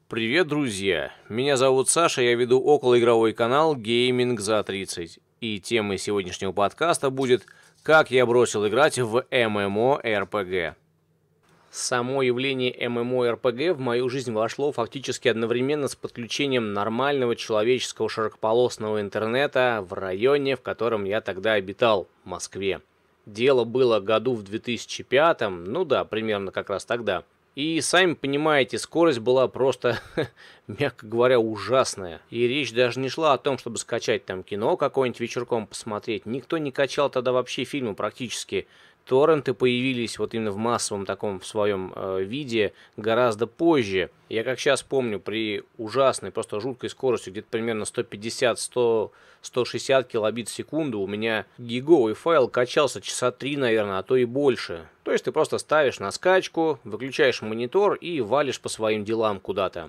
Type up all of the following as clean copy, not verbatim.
Привет, друзья! Меня зовут Саша, я веду околоигровой канал Gaming за 30. И темой сегодняшнего подкаста будет «Как я бросил играть в MMORPG». Само явление MMORPG в мою жизнь вошло фактически одновременно с подключением нормального человеческого широкополосного интернета в районе, в котором я тогда обитал, в Москве. Дело было году в 2005, ну да, примерно как раз тогда. И сами понимаете, скорость была просто, мягко говоря, ужасная. И речь даже не шла о том, чтобы скачать там кино какое-нибудь вечерком посмотреть. Никто не качал тогда вообще фильмы практически. Торренты появились вот именно в массовом таком в своем виде гораздо позже. Я как сейчас помню, при ужасной, просто жуткой скорости, где-то примерно 150-160 килобит в секунду, у меня гиговый файл качался часа 3, наверное, а то и больше. То есть ты просто ставишь на скачку, выключаешь монитор и валишь по своим делам куда-то.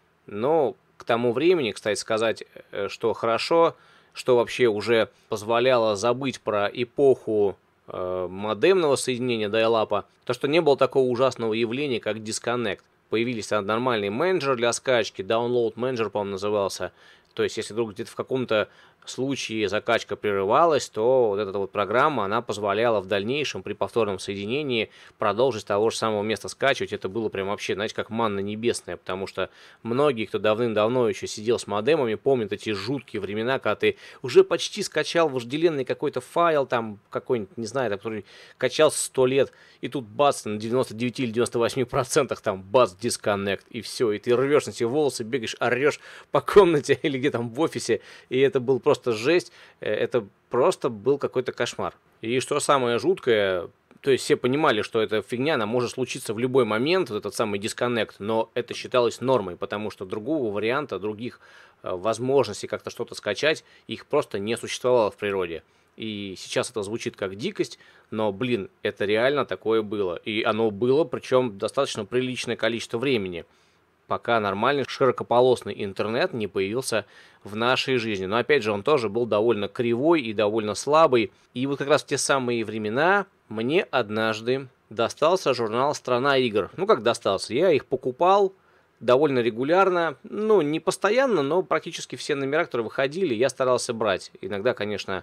Но к тому времени, кстати сказать, что хорошо, что вообще уже позволяло забыть про эпоху модемного соединения dial-up, то что не было такого ужасного явления, как дисконнект. Появились нормальные менеджеры для скачки, Download Manager, по-моему, назывался. То есть, если вдруг где-то в каком-то случае закачка прерывалась, то вот эта вот программа, она позволяла в дальнейшем при повторном соединении продолжить с того же самого места скачивать. Это было прям вообще, знаете, как манна небесная, потому что многие, кто давным-давно еще сидел с модемами, помнят эти жуткие времена, когда ты уже почти скачал вожделенный какой-то файл, там какой-нибудь, не знаю, который качался 100 лет, и тут бац, на 99 или 98% там бац, дисконнект, и все, и ты рвешь на себе волосы, бегаешь, орешь по комнате или где там в офисе, и это был просто жесть, это просто был какой-то кошмар. И что самое жуткое, то есть все понимали, что эта фигня, она может случиться в любой момент, вот этот самый дисконнект, но это считалось нормой, потому что другого варианта, других возможностей как-то что-то скачать, их просто не существовало в природе. И сейчас это звучит как дикость, но, блин, это реально такое было. И оно было, причем достаточно приличное количество времени, пока нормальный широкополосный интернет не появился в нашей жизни. Но опять же, он тоже был довольно кривой и довольно слабый. И вот как раз в те самые времена мне однажды достался журнал «Страна игр». Ну, как достался? Я их покупал довольно регулярно. Ну, не постоянно, но практически все номера, которые выходили, я старался брать. Иногда, конечно,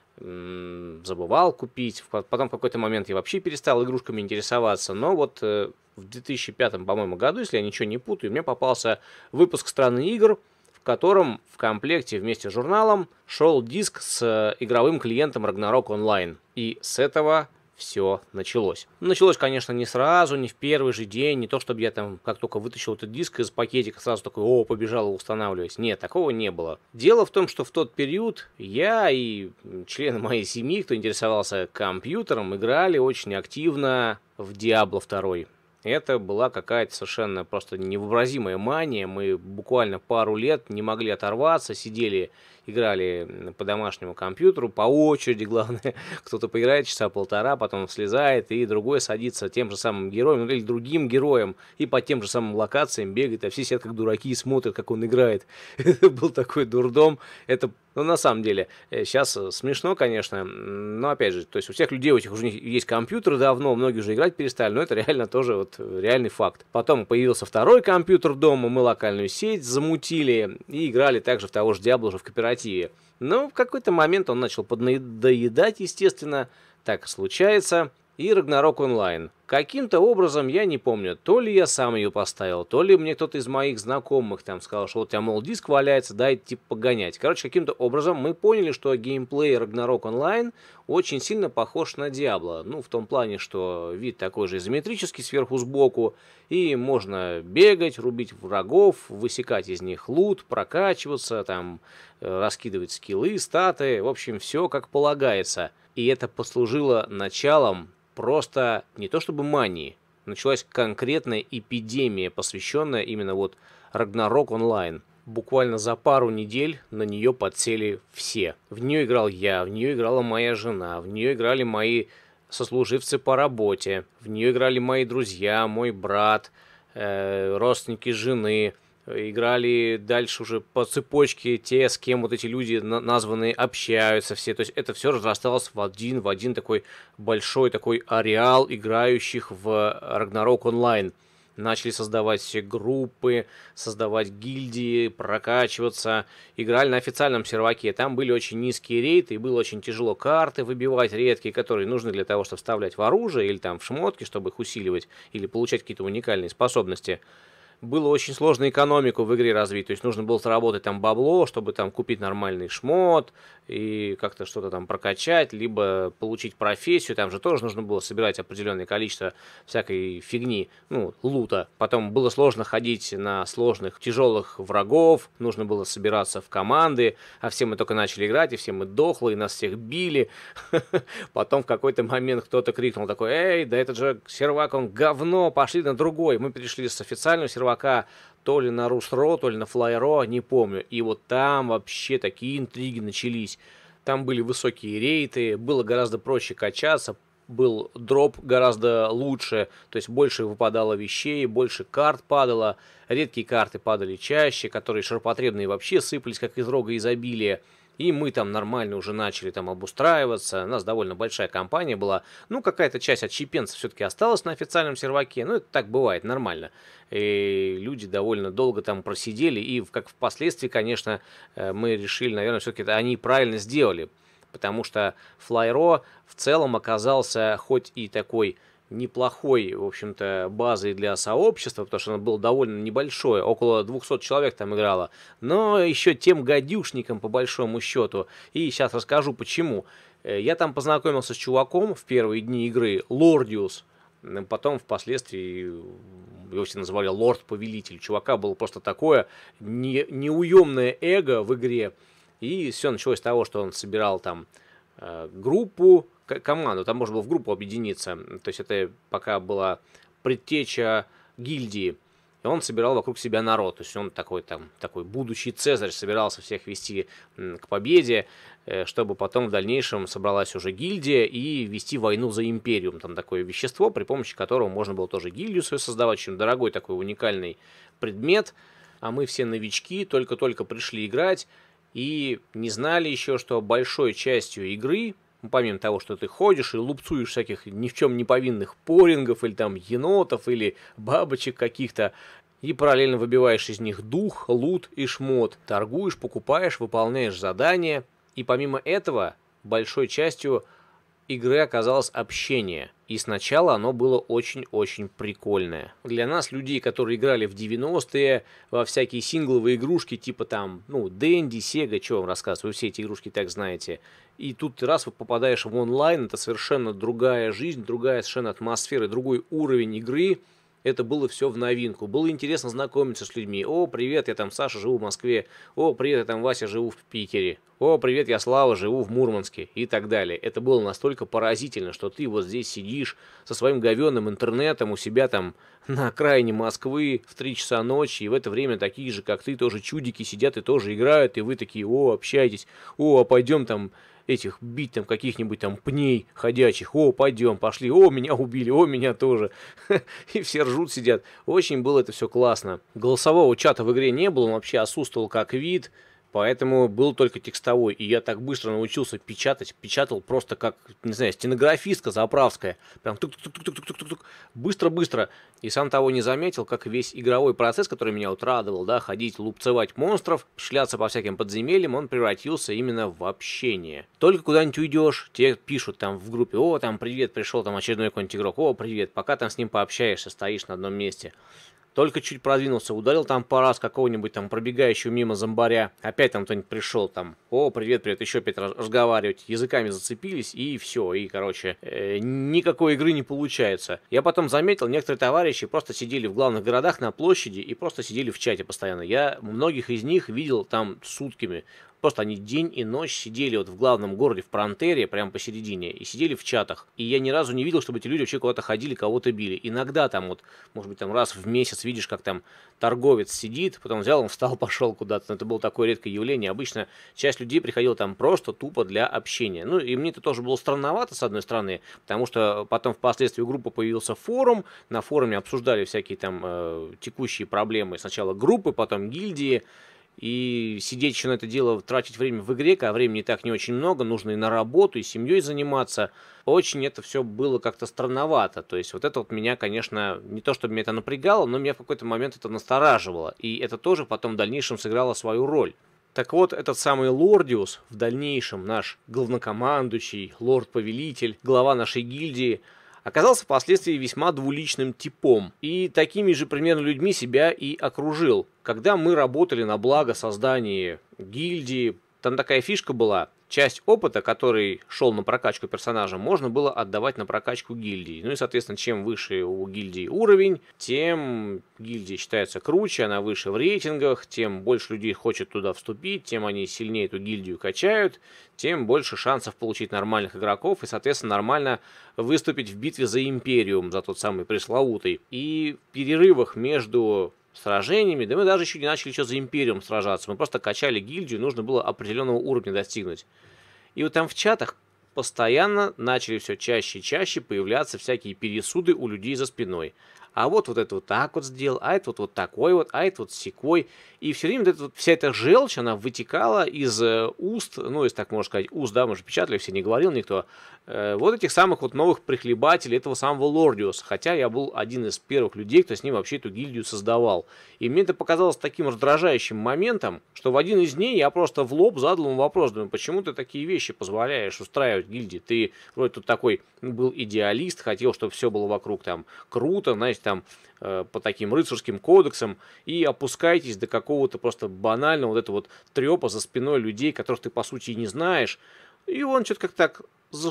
забывал купить. Потом в какой-то момент я вообще перестал игрушками интересоваться. Но вот в 2005, по-моему, году, если я ничего не путаю, мне попался выпуск «Страны игр», в котором в комплекте вместе с журналом шел диск с игровым клиентом Ragnarok Online. И с этого все началось. Началось, конечно, не сразу, не в первый же день, не то чтобы я там, как только вытащил этот диск из пакетика, сразу такой, побежал его устанавливать. Нет, такого не было. Дело в том, что в тот период я и члены моей семьи, кто интересовался компьютером, играли очень активно в Diablo 2. Это была какая-то совершенно просто невообразимая мания. Мы буквально пару лет не могли оторваться, сидели, играли по домашнему компьютеру, по очереди, главное. Кто-то поиграет часа полтора, потом слезает, и другой садится тем же самым героем, или другим героем, и по тем же самым локациям бегает, а все сидят как дураки и смотрят, как он играет. Это был такой дурдом. Это, ну, на самом деле, сейчас смешно, конечно, но, опять же, то есть у всех людей, у этих уже есть компьютеры давно, многие уже играть перестали, но это реально тоже вот реальный факт. Потом появился второй компьютер дома, мы локальную сеть замутили и играли также в того же Diablo уже в кооперативе. Но в какой-то момент он начал поднадоедать, естественно, так случается. И Ragnarok Online. Каким-то образом, я не помню, то ли я сам ее поставил, то ли мне кто-то из моих знакомых там сказал, что вот у тебя, мол, диск валяется, дай типа погонять. Короче, каким-то образом мы поняли, что геймплей Ragnarok Online очень сильно похож на Diablo. Ну, в том плане, что вид такой же изометрический сверху сбоку, и можно бегать, рубить врагов, высекать из них лут, прокачиваться, там, раскидывать скиллы, статы, в общем, все как полагается. И это послужило началом просто не то чтобы мании, началась конкретная эпидемия, посвященная именно вот Ragnarok Online. Буквально за пару недель на нее подсели все. В нее играл я, в нее играла моя жена, в нее играли мои сослуживцы по работе, в нее играли мои друзья, мой брат, родственники жены. Играли дальше уже по цепочке те, с кем вот эти люди названные общаются все. То есть это все разрасталось в один такой большой такой ареал играющих в Ragnarok Online. начали создавать все группы, создавать гильдии, прокачиваться. Играли на официальном серваке, там были очень низкие рейты, и было очень тяжело карты выбивать редкие, которые нужны для того, чтобы вставлять в оружие или там в шмотки, чтобы их усиливать, или получать какие-то уникальные способности. Было очень сложно экономику в игре развить, то есть нужно было заработать там бабло, чтобы там купить нормальный шмот и как-то что-то там прокачать, либо получить профессию, там же тоже нужно было собирать определенное количество всякой фигни, ну, лута. Потом было сложно ходить на сложных, тяжелых врагов, нужно было собираться в команды, а все мы только начали играть, и все мы дохлые, нас всех били. Потом в какой-то момент кто-то крикнул такой: «Эй, да этот же сервак, он говно, пошли на другой». Мы перешли с официального сервака то ли на Русро, то ли на Флайро, не помню. И вот там вообще такие интриги начались. Там были высокие рейты, было гораздо проще качаться, был дроп гораздо лучше, то есть больше выпадало вещей, больше карт падало, редкие карты падали чаще, которые ширпотребные вообще сыпались, как из рога изобилия. И мы там нормально уже начали там обустраиваться. У нас довольно большая компания была. Ну, какая-то часть отщепенцев все-таки осталась на официальном серваке. Ну, это так бывает, нормально. И люди довольно долго там просидели. И как впоследствии, конечно, мы решили, наверное, все-таки они правильно сделали. Потому что Флайро в целом оказался хоть и такой неплохой, в общем-то, базой для сообщества, потому что оно было довольно небольшое, около 200 человек там играло, но еще тем гадюшником по большому счету. И сейчас расскажу почему. Я там познакомился с чуваком в первые дни игры, Лордиус, потом впоследствии его все называли Лорд-повелитель. Чувака было просто такое неуемное эго в игре, и все началось с того, что он собирал там группу, команду, там можно было в группу объединиться, то есть это пока была предтеча гильдии, и он собирал вокруг себя народ, то есть он такой будущий Цезарь собирался всех вести к победе, чтобы потом в дальнейшем собралась уже гильдия и вести войну за империум, там такое вещество, при помощи которого можно было тоже гильдию свою создавать, очень дорогой такой уникальный предмет, а мы все новички, только-только пришли играть и не знали еще, что большой частью игры, помимо того, что ты ходишь и лупцуешь всяких ни в чем не повинных порингов, или там енотов, или бабочек каких-то, и параллельно выбиваешь из них дух, лут и шмот, торгуешь, покупаешь, выполняешь задания, и помимо этого, большой частью игры оказалось общение. И сначала оно было очень-очень прикольное. Для нас, людей, которые играли в 90-е, во всякие сингловые игрушки, типа там, Дэнди, Сега, что вам рассказывать, вы все эти игрушки так знаете. И тут раз вы попадаешь в онлайн, это совершенно другая жизнь, другая совершенно атмосфера, другой уровень игры. Это было все в новинку. Было интересно знакомиться с людьми. О, привет, я там Саша, живу в Москве. О, привет, я там Вася, живу в Питере. О, привет, я Слава, живу в Мурманске. И так далее. Это было настолько поразительно, что ты вот здесь сидишь со своим говенным интернетом у себя там на окраине Москвы в 3 часа ночи. И в это время такие же, как ты, тоже чудики сидят и тоже играют. И вы такие: о, общайтесь. О, а пойдем там этих бить там каких-нибудь там пней ходячих. О, пойдем, пошли. О, меня убили, о, меня тоже. И все ржут, сидят. Очень было это все классно. Голосового чата в игре не было, он вообще отсутствовал как вид. Поэтому был только текстовой. И я так быстро научился печатать. Печатал просто как, не знаю, стенографистка заправская. Прям тук-тук-тук-тук-тук-тук. Быстро-быстро. И сам того не заметил, как весь игровой процесс, который меня вот радовал, да, ходить, лупцевать монстров, шляться по всяким подземельям, он превратился именно в общение. Только куда-нибудь уйдешь, тебе пишут там в группе: о, там, привет, пришел там очередной какой-нибудь игрок, о, привет, пока там с ним пообщаешься, стоишь на одном месте. Только чуть продвинулся, ударил там по раз какого-нибудь там пробегающего мимо зомбаря. Опять там кто-нибудь пришел, там: о, привет, привет, еще опять разговаривать. Языками зацепились, и все. И, короче, никакой игры не получается. Я потом заметил, некоторые товарищи просто сидели в главных городах на площади и просто сидели в чате постоянно. Я многих из них видел там сутками. Просто они день и ночь сидели вот в главном городе, в Пронтере, прямо посередине, и сидели в чатах. И я ни разу не видел, чтобы эти люди вообще куда-то ходили, кого-то били. Иногда там вот, может быть, там раз в месяц видишь, как там торговец сидит, потом взял, он встал, пошел куда-то. Но это было такое редкое явление. Обычно часть людей приходила там просто тупо для общения. Ну, и мне это тоже было странновато, с одной стороны, потому что потом впоследствии у группы появился форум. На форуме обсуждали всякие там текущие проблемы. Сначала группы, потом гильдии. и сидеть еще на это дело, тратить время в игре, когда времени так не очень много, нужно и на работу, и семьей заниматься. Очень это все было как-то странновато. То есть вот это вот меня, конечно, не то чтобы меня это напрягало, но меня в какой-то момент это настораживало. И это тоже потом в дальнейшем сыграло свою роль. Так вот, этот самый Лордиус, в дальнейшем наш главнокомандующий, лорд-повелитель, глава нашей гильдии, оказался впоследствии весьма двуличным типом. И такими же примерно людьми себя и окружил. Когда мы работали на благо создания гильдии, там такая фишка была. Часть опыта, который шел на прокачку персонажа, можно было отдавать на прокачку гильдии. Ну и, соответственно, чем выше у гильдии уровень, тем гильдия считается круче, она выше в рейтингах, тем больше людей хочет туда вступить, тем они сильнее эту гильдию качают, тем больше шансов получить нормальных игроков и, соответственно, нормально выступить в битве за Империум, за тот самый пресловутый. И в перерывах между сражениями, да мы даже еще не начали еще за Империум сражаться, мы просто качали гильдию, нужно было определенного уровня достигнуть. И вот там в чатах постоянно начали все чаще и чаще появляться всякие пересуды у людей за спиной. А вот это вот так вот сделал, а это вот такой вот, а это вот сякой. И все время вся эта желчь, она вытекала из уст, ну, если так можно сказать, уст, да, мы же печатали, все не говорил никто, вот этих самых вот новых прихлебателей этого самого Лордиуса. Хотя я был один из первых людей, кто с ним вообще эту гильдию создавал. И мне это показалось таким раздражающим моментом, что в один из дней я просто в лоб задал ему вопрос, думаю, почему ты такие вещи позволяешь устраивать гильдии? Ты вроде тут такой был идеалист, хотел, чтобы все было вокруг там круто, знаете, там по таким рыцарским кодексам, и опускаетесь до какого-то просто банального вот этого вот трепа за спиной людей, которых ты по сути и не знаешь. И он что-то как-то так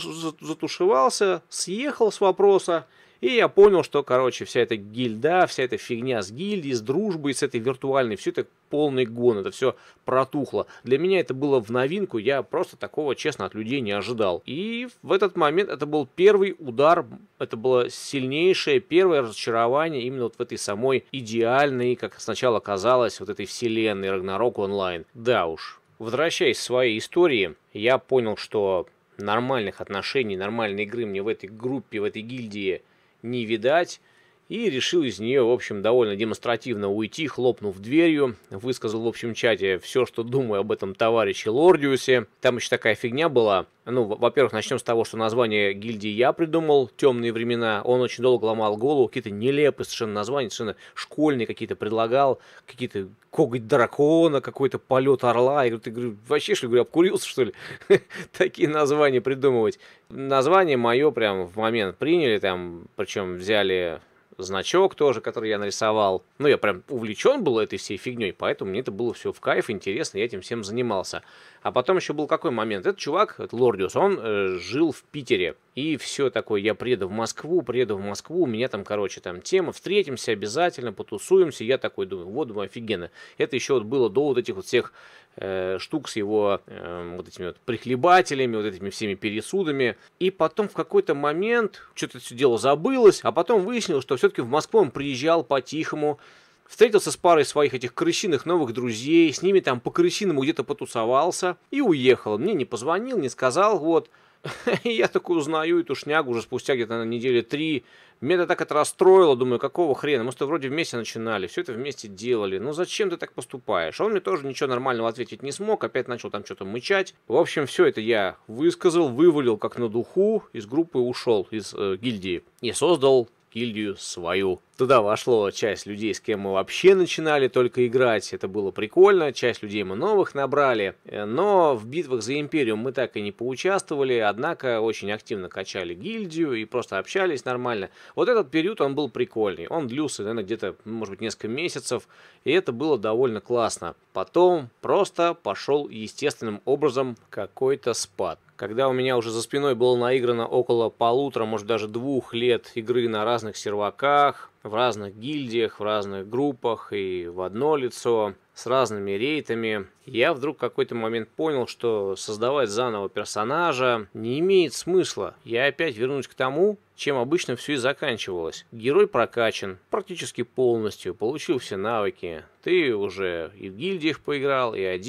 затушевался, съехал с вопроса, и я понял, что, короче, вся эта гильда, вся эта фигня с гильдией, с дружбой, с этой виртуальной, все это полный гон, это все протухло. Для меня это было в новинку, я просто такого, честно, от людей не ожидал. И в этот момент это был первый удар, это было сильнейшее первое разочарование именно вот в этой самой идеальной, как сначала казалось, вот этой вселенной Ragnarok Online. Да уж, возвращаясь к своей истории, я понял, что нормальных отношений, нормальной игры мне в этой группе, в этой гильдии не видать, и решил из нее, в общем, довольно демонстративно уйти, хлопнув дверью, высказал в общем чате все, что думаю об этом товарище Лордиусе. Там еще такая фигня была. Ну, во-первых, начнем с того, что название гильдии я придумал, «Темные времена». Он очень долго ломал голову, какие-то нелепые совершенно названия, совершенно школьные какие-то предлагал, какие-то коготь дракона, какой-то полет орла. Я говорю, ты говорю, вообще, что ли, говорю, обкурился, что ли? Такие названия придумывать. Название мое прям в момент приняли, там, причем взяли значок тоже, который я нарисовал. Ну, я прям увлечен был этой всей фигней, поэтому мне это было все в кайф, интересно, я этим всем занимался. А потом еще был какой момент? Этот чувак, этот Лордиус, он жил в Питере. И все такое, я приеду в Москву, у меня там, короче, там тема, встретимся обязательно, потусуемся. Я такой думаю, вот, думаю, офигенно. Это еще вот было до вот этих вот всех штук с его вот этими вот прихлебателями, вот этими всеми пересудами. И потом в какой-то момент что-то все дело забылось, а потом выяснилось, что все-таки в Москву он приезжал по-тихому, встретился с парой своих этих крысиных новых друзей, с ними там по-крысиному где-то потусовался и уехал. Мне не позвонил, не сказал, вот. И я такой узнаю эту шнягу уже спустя где-то на недели 3. Меня так это расстроило, думаю, какого хрена? Мы с тобой вроде вместе начинали, все это вместе делали. Ну зачем ты так поступаешь? Он мне тоже ничего нормального ответить не смог, опять начал там что-то мычать. В общем, все это я высказал, вывалил как на духу, из группы ушел, из гильдии. И создал гильдию свою. Туда вошло часть людей, с кем мы вообще начинали только играть. Это было прикольно. Часть людей мы новых набрали. Но в битвах за Империум мы так и не поучаствовали. Однако очень активно качали гильдию и просто общались нормально. Вот этот период, он был прикольный. Он длился, наверное, где-то, может быть, несколько месяцев. И это было довольно классно. Потом просто пошел естественным образом какой-то спад. Когда у меня уже за спиной было наиграно около 1,5, может даже 2 лет игры на разных серваках, в разных гильдиях, в разных группах и в одно лицо, с разными рейтами, я вдруг в какой-то момент понял, что создавать заново персонажа не имеет смысла. Я опять вернусь к тому, чем обычно все и заканчивалось. Герой прокачан практически полностью, получил все навыки. Ты уже и в гильдиях поиграл, и один.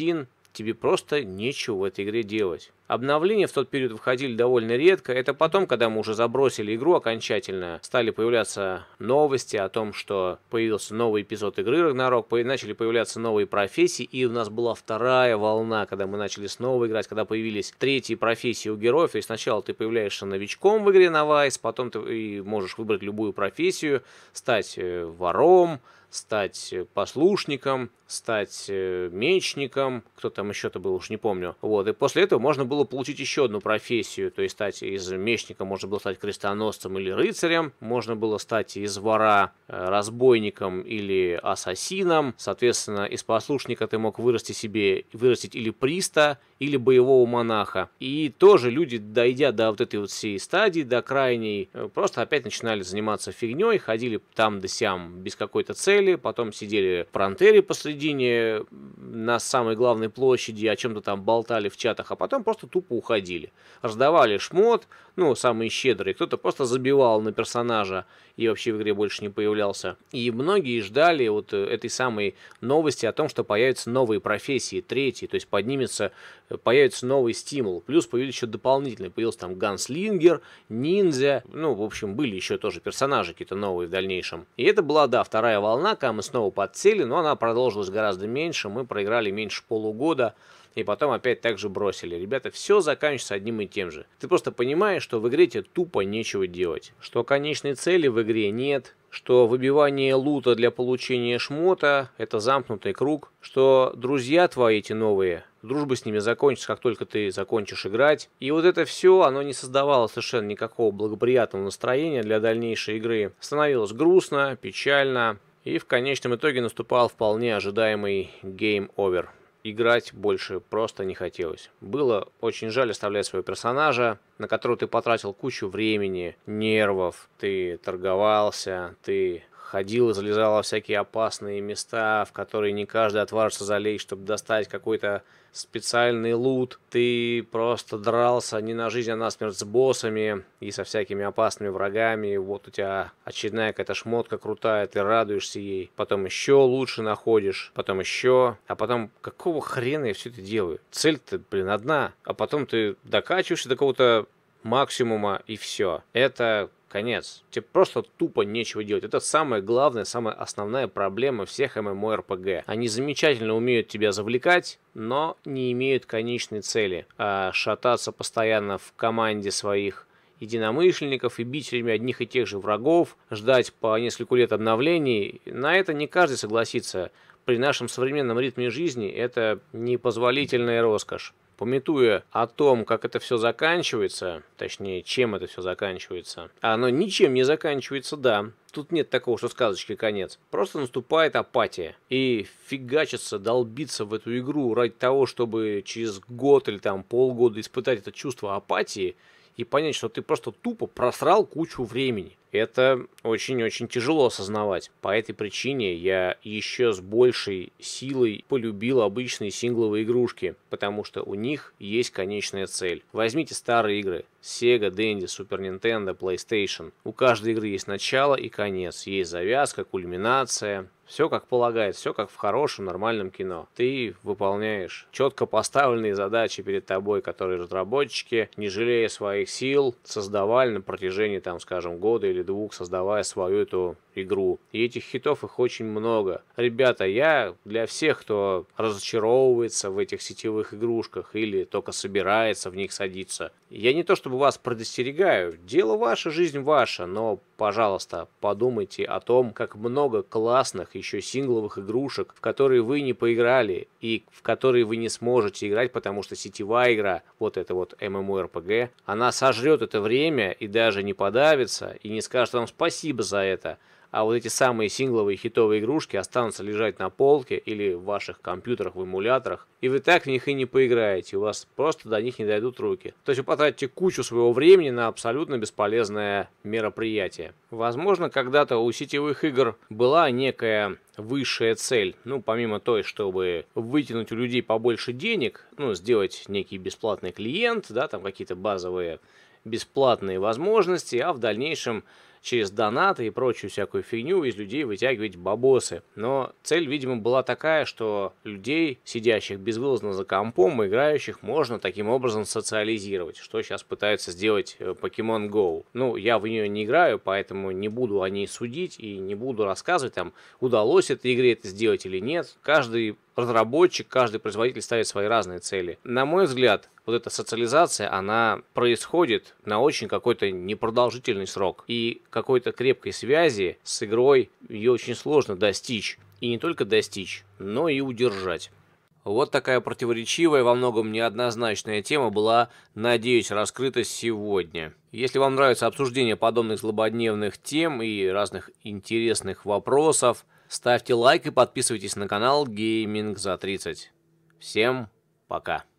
тебе просто нечего в этой игре делать. Обновления в тот период выходили довольно редко. Это потом, когда мы уже забросили игру окончательно, стали появляться новости о том, что появился новый эпизод игры Рагнарок, начали появляться новые профессии, и у нас была вторая волна, когда мы начали снова играть, когда появились третьи профессии у героев. То есть сначала ты появляешься новичком в игре на Вайс, потом ты можешь выбрать любую профессию, стать вором, стать послушником, стать мечником, кто там еще-то был, уж не помню. Вот, и после этого можно было получить еще одну профессию, то есть стать из мечника, можно было стать крестоносцем или рыцарем, можно было стать из вора разбойником или ассасином, соответственно, из послушника ты мог вырастить или приста, или боевого монаха. И тоже люди, дойдя до вот этой вот всей стадии, до крайней, просто опять начинали заниматься фигней, ходили там да сям без какой-то цели, потом сидели в фронтере посредине на самой главной площади, о чем-то там болтали в чатах, а потом просто тупо уходили. Раздавали шмот, ну, самые щедрые, кто-то просто забивал на персонажа и вообще в игре больше не появлялся. И многие ждали вот этой самой новости о том, что появятся новые профессии, третьи, то есть появится новый стимул. Плюс появились еще дополнительные, появился там ганслингер, ниндзя, ну, в общем, были еще тоже персонажи какие-то новые в дальнейшем. И это была, да, вторая волна, когда мы снова подсели, но она продолжилась гораздо меньше, мы проиграли меньше полугода, и потом опять так же бросили. Ребята, все заканчивается одним и тем же. Ты просто понимаешь, что в игре тебе тупо нечего делать. Что конечной цели в игре нет, что выбивание лута для получения шмота – это замкнутый круг, что друзья твои эти новые, дружба с ними закончится, как только ты закончишь играть. И вот это все, оно не создавало совершенно никакого благоприятного настроения для дальнейшей игры. Становилось грустно, печально, и в конечном итоге наступал вполне ожидаемый game over. Играть больше просто не хотелось. Было очень жаль оставлять своего персонажа, на которого ты потратил кучу времени, нервов, ты торговался, ты ходил и залезал во всякие опасные места, в которые не каждый отважится залезть, чтобы достать какой-то специальный лут. Ты просто дрался не на жизнь, а на смерть с боссами и со всякими опасными врагами. Вот у тебя очередная какая-то шмотка крутая, ты радуешься ей. Потом еще лучше находишь, потом еще. А потом, какого хрена я все это делаю? Цель-то, одна. А потом ты докачиваешься до какого-то максимума и все. Это конец. Тебе просто тупо нечего делать. Это самая главная, самая основная проблема всех MMORPG. Они замечательно умеют тебя завлекать, но не имеют конечной цели. А шататься постоянно в команде своих единомышленников и бить всеми одних и тех же врагов, ждать по несколько лет обновлений, на это не каждый согласится. При нашем современном ритме жизни это непозволительная роскошь. Памятуя о том, как это все заканчивается, точнее, чем это все заканчивается, оно ничем не заканчивается, да. Тут нет такого, что сказочки конец. Просто наступает апатия. И фигачиться, долбиться в эту игру ради того, чтобы через год или там полгода испытать это чувство апатии и понять, что ты просто тупо просрал кучу времени. Это очень-очень тяжело осознавать. По этой причине я еще с большей силой полюбил обычные сингловые игрушки, потому что у них есть конечная цель. Возьмите старые игры. Sega, Dendy, Super Nintendo, PlayStation. У каждой игры есть начало и конец. Есть завязка, кульминация. Все как полагается, все как в хорошем, нормальном кино. Ты выполняешь четко поставленные задачи перед тобой, которые разработчики, не жалея своих сил, создавали на протяжении, там, скажем, года или двух, создавая свою эту игру. И этих хитов их очень много. Ребята, я для всех, кто разочаровывается в этих сетевых игрушках или только собирается в них садиться, я не то чтобы вас предостерегаю, дело ваше, жизнь ваша, но, пожалуйста, подумайте о том, как много классных еще сингловых игрушек, в которые вы не поиграли и в которые вы не сможете играть, потому что сетевая игра, вот эта вот MMORPG, она сожрет это время и даже не подавится и не скажет вам спасибо за это. А вот эти самые сингловые хитовые игрушки останутся лежать на полке или в ваших компьютерах, в эмуляторах, и вы так в них и не поиграете, у вас просто до них не дойдут руки. То есть вы потратите кучу своего времени на абсолютно бесполезное мероприятие. Возможно, когда-то у сетевых игр была некая высшая цель, ну, помимо той, чтобы вытянуть у людей побольше денег, ну, сделать некий бесплатный клиент, да, там какие-то базовые бесплатные возможности, а в дальнейшем через донаты и прочую всякую фигню из людей вытягивать бабосы. Но цель, видимо, была такая, что людей, сидящих безвылазно за компом, играющих, можно таким образом социализировать, что сейчас пытается сделать Pokemon Go. Ну, я в нее не играю, поэтому не буду о ней судить и не буду рассказывать, там, удалось этой игре это сделать или нет. Каждый разработчик, каждый производитель ставит свои разные цели. На мой взгляд, вот эта социализация, она происходит на очень какой-то непродолжительный срок. И какой-то крепкой связи с игрой ее очень сложно достичь. И не только достичь, но и удержать. Вот такая противоречивая, во многом неоднозначная тема была, надеюсь, раскрыта сегодня. Если вам нравится обсуждение подобных злободневных тем и разных интересных вопросов, ставьте лайк и подписывайтесь на канал Gaming за 30. Всем пока.